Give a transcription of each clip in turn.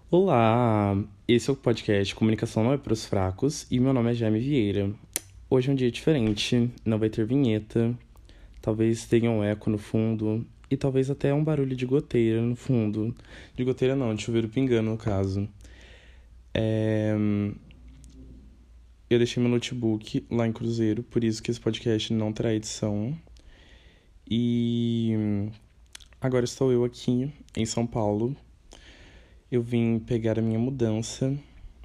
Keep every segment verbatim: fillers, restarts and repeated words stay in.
Olá, esse é o podcast Comunicação Não é para os Fracos e meu nome é Jaime Vieira. Hoje é um dia diferente, não vai ter vinheta, talvez tenha um eco no fundo e talvez até um barulho de goteira no fundo. De goteira não, de chuveiro pingando no caso. É... Eu deixei meu notebook lá em Cruzeiro, por isso que esse podcast não terá edição. E agora estou eu aqui em São Paulo. Eu vim pegar a minha mudança,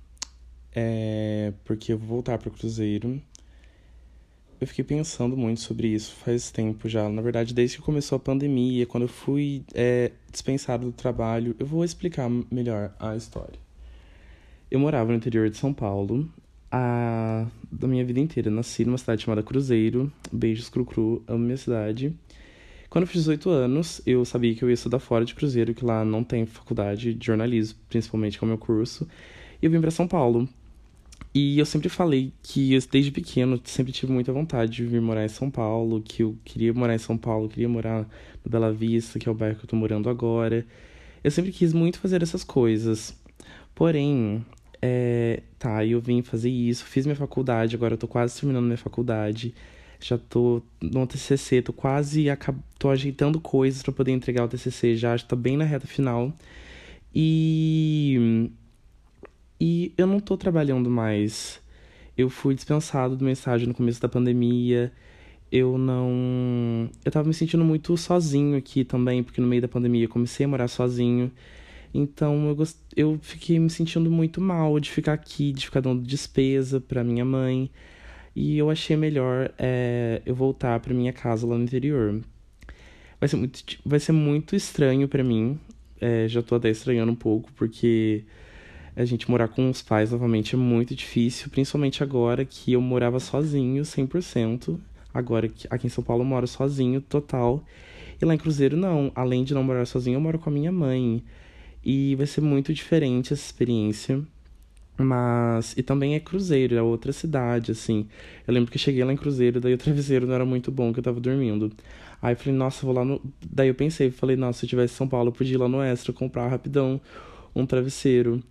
é, porque eu vou voltar para o Cruzeiro. Eu fiquei pensando muito sobre isso faz tempo já. Na verdade, desde que começou a pandemia, quando eu fui é, dispensado do trabalho, eu vou explicar melhor a história. Eu morava no interior de São Paulo, a... da minha vida inteira. Nasci numa cidade chamada Cruzeiro. Beijos, Cru-Cru, amo minha cidade. Quando eu fiz dezoito anos, eu sabia que eu ia estudar fora de Cruzeiro, que lá não tem faculdade de jornalismo, principalmente que é o meu curso. E eu vim para São Paulo. E eu sempre falei que, eu, desde pequeno, sempre tive muita vontade de vir morar em São Paulo, que eu queria morar em São Paulo, queria morar no Bela Vista, que é o bairro que eu tô morando agora. Eu sempre quis muito fazer essas coisas. Porém, é, tá, eu vim fazer isso, fiz minha faculdade, agora eu tô quase terminando minha faculdade. Já tô no T C C, tô quase acab... tô ajeitando coisas pra poder entregar o T C C já, já tá bem na reta final. E e eu não tô trabalhando mais. Eu fui dispensado do meu estágio no começo da pandemia. Eu não. Eu tava me sentindo muito sozinho aqui também, porque no meio da pandemia eu comecei a morar sozinho. Então eu, gost... eu fiquei me sentindo muito mal de ficar aqui, de ficar dando despesa pra minha mãe. E eu achei melhor é, eu voltar pra minha casa lá no interior. Vai ser muito, vai ser muito estranho pra mim. É, já tô até estranhando um pouco, porque a gente morar com os pais novamente é muito difícil, principalmente agora que eu morava sozinho, cem por cento. Agora que aqui em São Paulo eu moro sozinho, total. E lá em Cruzeiro não, além de não morar sozinho, eu moro com a minha mãe. E vai ser muito diferente essa experiência. Mas. E também é Cruzeiro, é outra cidade, assim. Eu lembro que eu cheguei lá em Cruzeiro, daí o travesseiro não era muito bom, que eu tava dormindo. Aí eu falei, nossa, vou lá no. Daí eu pensei, falei, nossa, se eu tivesse em São Paulo, eu podia ir lá no Extra comprar rapidão um travesseiro.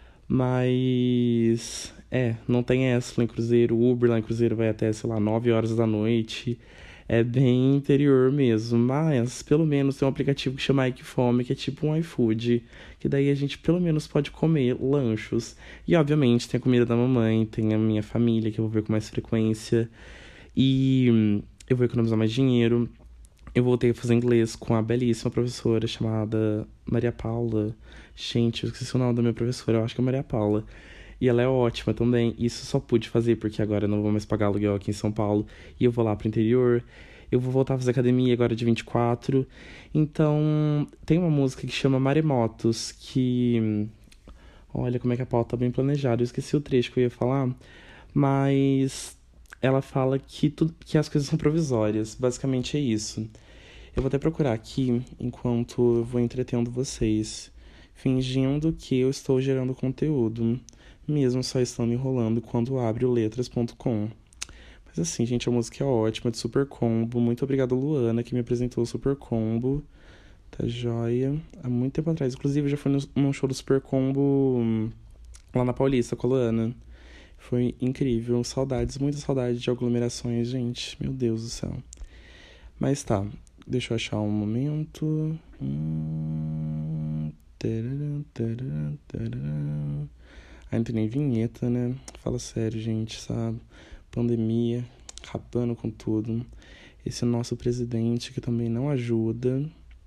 Mas. É, não tem essa lá em Cruzeiro. O Uber lá em Cruzeiro vai até, sei lá, nove horas da noite. É bem interior mesmo. Mas, pelo menos, tem um aplicativo que chama Equifome, que é tipo um iFood. Que daí a gente, pelo menos, pode comer lanchos. E, obviamente, tem a comida da mamãe, tem a minha família, que eu vou ver com mais frequência. E hum, eu vou economizar mais dinheiro. Eu voltei a fazer inglês com a belíssima professora chamada Maria Paula. Gente, eu esqueci o nome da minha professora, eu acho que é Maria Paula. E ela é ótima também. Isso só pude fazer porque agora eu não vou mais pagar aluguel aqui em São Paulo. E eu vou lá pro interior. Eu vou voltar a fazer academia agora de vinte e quatro. Então, tem uma música que chama Maremotos, que... Olha como é que a pauta tá bem planejada. Eu esqueci o trecho que eu ia falar. Mas ela fala que, tudo, que as coisas são provisórias. Basicamente é isso. Eu vou até procurar aqui enquanto eu vou entretendo vocês, fingindo que eu estou gerando conteúdo, mesmo só estando enrolando quando abre o letras ponto com. Mas assim, gente, a música é ótima, de Super Combo. Muito obrigado, Luana, que me apresentou o Super Combo. Tá joia. Há muito tempo atrás. Inclusive, eu já fui no- num show do Super Combo hum, lá na Paulista com a Luana. Foi incrível. Saudades, muitas saudades de aglomerações, gente. Meu Deus do céu. Mas tá, deixa eu achar um momento. Hum... tarará, tarará, tarará. Ai, não tem nem vinheta, né? Fala sério, gente, sabe? Pandemia, acabando com tudo. Esse nosso presidente que também não ajuda.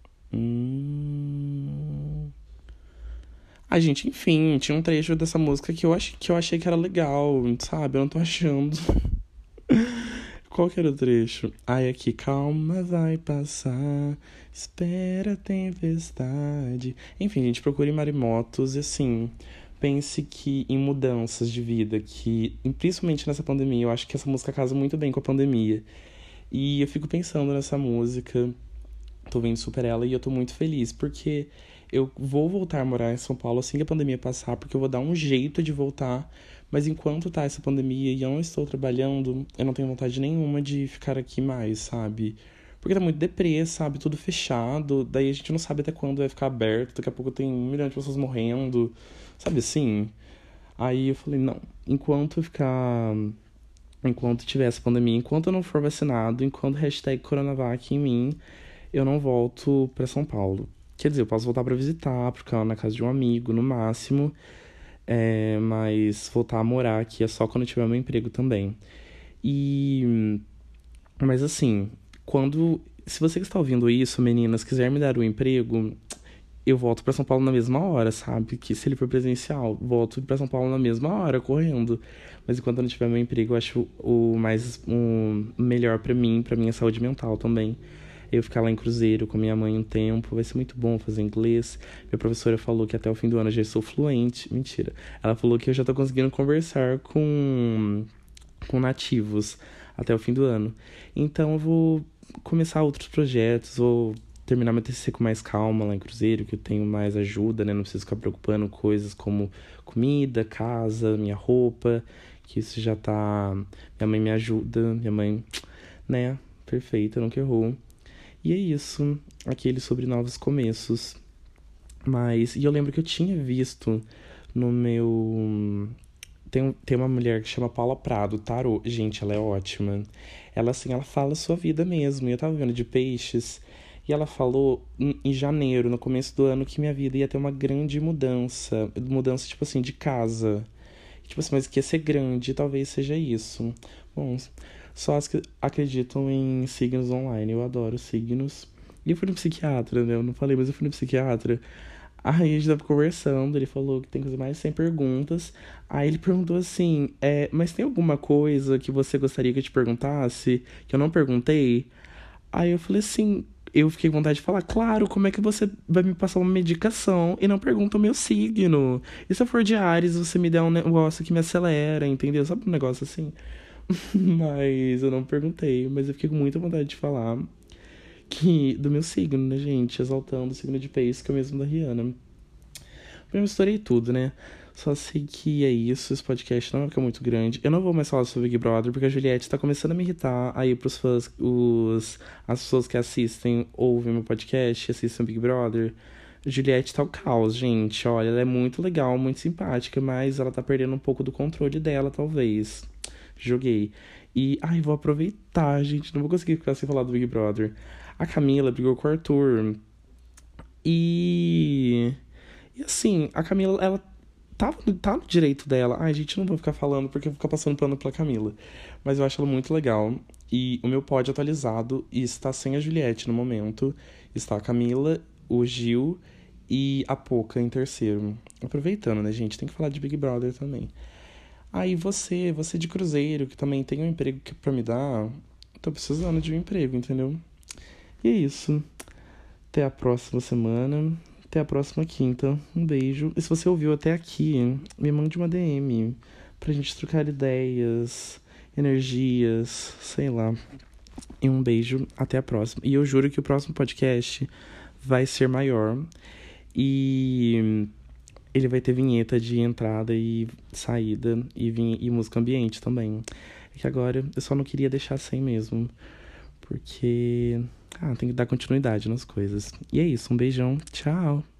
Hum... Ah, gente, enfim, tinha um trecho dessa música que eu, ach... que eu achei que era legal, sabe? Eu não tô achando. Qual que era o trecho? Ai, aqui, calma, vai passar, espera a tempestade. Enfim, gente, procure maremotos e assim, pense que em mudanças de vida, que principalmente nessa pandemia, eu acho que essa música casa muito bem com a pandemia. E eu fico pensando nessa música, tô vendo super ela e eu tô muito feliz, porque eu vou voltar a morar em São Paulo assim que a pandemia passar, porque eu vou dar um jeito de voltar. Mas enquanto tá essa pandemia e eu não estou trabalhando, eu não tenho vontade nenhuma de ficar aqui mais, sabe? Porque tá muito deprê, sabe? Tudo fechado. Daí a gente não sabe até quando vai ficar aberto. Daqui a pouco tem um milhão de pessoas morrendo. Sabe assim? Aí eu falei, não. Enquanto ficar... Enquanto tiver essa pandemia, enquanto eu não for vacinado, enquanto hashtag Coronavac em mim, eu não volto pra São Paulo. Quer dizer, eu posso voltar pra visitar, pra ficar na casa de um amigo, no máximo. É, mas voltar a morar aqui é só quando eu tiver meu emprego também. E... Mas assim, quando... Se você que está ouvindo isso, meninas, quiser me dar um emprego, eu volto pra São Paulo na mesma hora, sabe? Que se ele for presencial, volto pra São Paulo na mesma hora, correndo. Mas enquanto eu não tiver meu emprego, eu acho o mais o melhor pra mim, pra minha saúde mental também. Eu ficar lá em Cruzeiro com minha mãe um tempo, vai ser muito bom fazer inglês. Minha professora falou que até o fim do ano eu já sou fluente. Mentira. Ela falou que eu já tô conseguindo conversar com, com nativos até o fim do ano. Então eu vou começar outros projetos, vou terminar meu T C C com mais calma lá em Cruzeiro, que eu tenho mais ajuda, né? Não preciso ficar preocupando com coisas como comida, casa, minha roupa, que isso já tá... Minha mãe me ajuda, minha mãe, né? Perfeita, nunca errou. E é isso, aquele sobre novos começos. Mas, e eu lembro que eu tinha visto no meu... Tem, tem uma mulher que chama Paula Prado, tarô. Gente, ela é ótima. Ela, assim, ela fala a sua vida mesmo. E eu tava vendo de peixes. E ela falou em em janeiro, no começo do ano, que minha vida ia ter uma grande mudança. Mudança, tipo assim, de casa. Tipo assim, mas que ia ser grande, talvez seja isso. Bom, só as que acreditam em signos online. Eu adoro signos. E eu fui no psiquiatra, né? Eu não falei, mas eu fui no psiquiatra. Aí a gente tava conversando, ele falou que tem que fazer mais de cem perguntas. Aí ele perguntou assim, é, mas tem alguma coisa que você gostaria que eu te perguntasse, que eu não perguntei? Aí eu falei assim, eu fiquei com vontade de falar, claro, como é que você vai me passar uma medicação e não pergunta o meu signo? E se eu for de Áries, você me der um negócio que me acelera, entendeu? Sabe um negócio assim? Mas eu não perguntei, mas eu fiquei com muita vontade de falar que do meu signo, né, gente? Exaltando o signo de peixe, que é o mesmo da Rihanna. Eu misturei tudo, né? Só sei que é isso, esse podcast não vai ficar muito grande. Eu não vou mais falar sobre Big Brother, porque a Juliette tá começando a me irritar aí pros fãs, os, as pessoas que assistem, ouvem meu podcast, assistem Big Brother. Juliette tá o caos, gente. Olha, ela é muito legal, muito simpática, mas ela tá perdendo um pouco do controle dela, talvez. Joguei. E, ai, vou aproveitar, gente. Não vou conseguir ficar sem falar do Big Brother. A Camila brigou com o Arthur. E. E assim, a Camila, ela tá, tá no direito dela. Ai, gente, não vou ficar falando porque eu vou ficar passando pano pela Camila. Mas eu acho ela muito legal. E o meu pod atualizado está sem a Juliette no momento. Está a Camila, o Gil e a Poca em terceiro. Aproveitando, né, gente? Tem que falar de Big Brother também. Aí você, você de Cruzeiro, que também tem um emprego que pra me dar, tô precisando de um emprego, entendeu? E é isso. Até a próxima semana. Até a próxima quinta. Um beijo. E se você ouviu até aqui, me mande uma D M pra gente trocar ideias, energias, sei lá. E um beijo. Até a próxima. E eu juro que o próximo podcast vai ser maior. E ele vai ter vinheta de entrada e saída e, vin- e música ambiente também. É que agora eu só não queria deixar sem mesmo. Porque, ah, tem que dar continuidade nas coisas. E é isso, um beijão, tchau!